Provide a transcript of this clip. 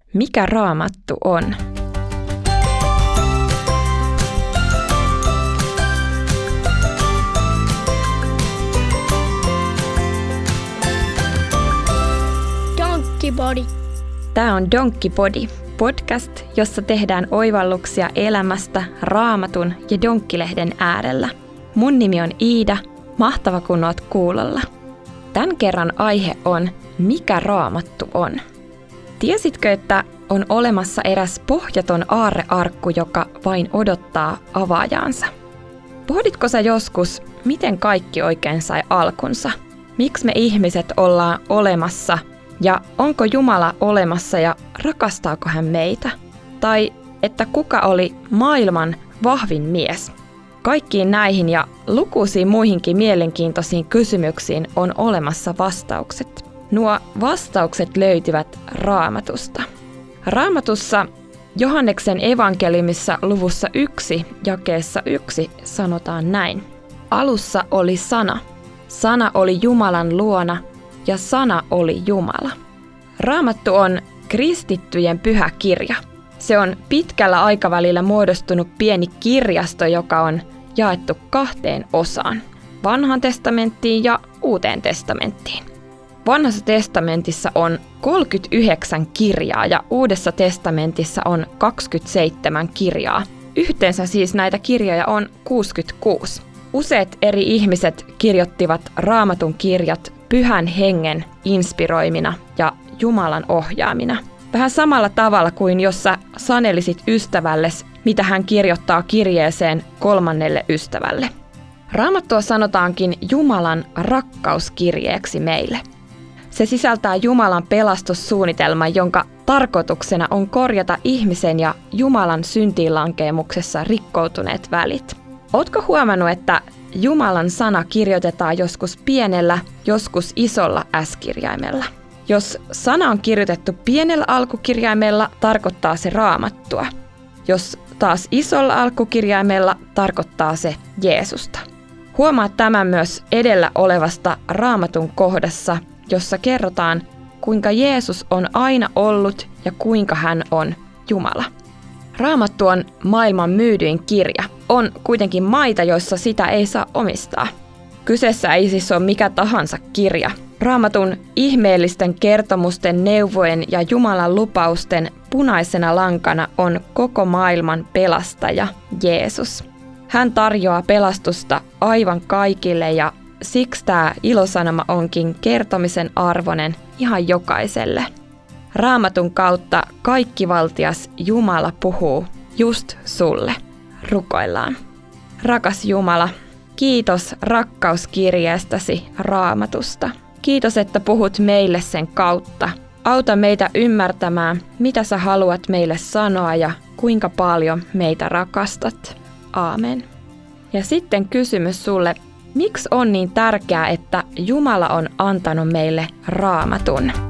Mikä Raamattu on? Donkkipodi. Tämä on Donkkipodi, podcast, jossa tehdään oivalluksia elämästä Raamatun ja Donkkilehden äärellä. Mun nimi on Iida, mahtava kun oot kuulolla. Tän kerran aihe on, mikä Raamattu on? Tiesitkö, että on olemassa eräs pohjaton aarrearkku, joka vain odottaa avaajaansa? Pohditko sä joskus, miten kaikki oikein sai alkunsa? Miksi me ihmiset ollaan olemassa? Ja onko Jumala olemassa ja rakastaako hän meitä? Tai että kuka oli maailman vahvin mies? Kaikkiin näihin ja lukuisiin muihinkin mielenkiintoisiin kysymyksiin on olemassa vastaukset. Nuo vastaukset löytyvät Raamatusta. Raamatussa Johanneksen evankeliumissa luvussa 1, jakeessa 1 sanotaan näin. Alussa oli sana. Sana oli Jumalan luona ja sana oli Jumala. Raamattu on kristittyjen pyhä kirja. Se on pitkällä aikavälillä muodostunut pieni kirjasto, joka on jaettu 2 osaan. Vanhaan testamenttiin ja Uuteen testamenttiin. Vanhassa testamentissa on 39 kirjaa ja Uudessa testamentissa on 27 kirjaa. Yhteensä siis näitä kirjoja on 66. Useat eri ihmiset kirjoittivat Raamatun kirjat Pyhän Hengen inspiroimina ja Jumalan ohjaamina. Vähän samalla tavalla kuin jos sä sanelisit ystävällesi, mitä hän kirjoittaa kirjeeseen 3. ystävälle. Raamattua sanotaankin Jumalan rakkauskirjeeksi meille. Se sisältää Jumalan pelastussuunnitelman, jonka tarkoituksena on korjata ihmisen ja Jumalan syntiinlankeemuksessa rikkoutuneet välit. Ootko huomannut, että Jumalan sana kirjoitetaan joskus pienellä, joskus isolla S-kirjaimella? Jos sana on kirjoitettu pienellä alkukirjaimella, tarkoittaa se Raamattua. Jos taas isolla alkukirjaimella, tarkoittaa se Jeesusta. Huomaat tämän myös edellä olevasta Raamatun kohdassa, jossa kerrotaan, kuinka Jeesus on aina ollut ja kuinka hän on Jumala. Raamattu on maailman myydyin kirja. On kuitenkin maita, joissa sitä ei saa omistaa. Kyseessä ei siis ole mikä tahansa kirja. Raamatun ihmeellisten kertomusten, neuvojen ja Jumalan lupausten punaisena lankana on koko maailman pelastaja Jeesus. Hän tarjoaa pelastusta aivan kaikille ja siksi tämä ilosanoma onkin kertomisen arvoinen ihan jokaiselle. Raamatun kautta kaikkivaltias Jumala puhuu just sulle. Rukoillaan. Rakas Jumala, kiitos rakkauskirjeestäsi Raamatusta. Kiitos, että puhut meille sen kautta. Auta meitä ymmärtämään, mitä sä haluat meille sanoa ja kuinka paljon meitä rakastat. Aamen. Ja sitten kysymys sulle, miksi on niin tärkeää, että Jumala on antanut meille Raamatun?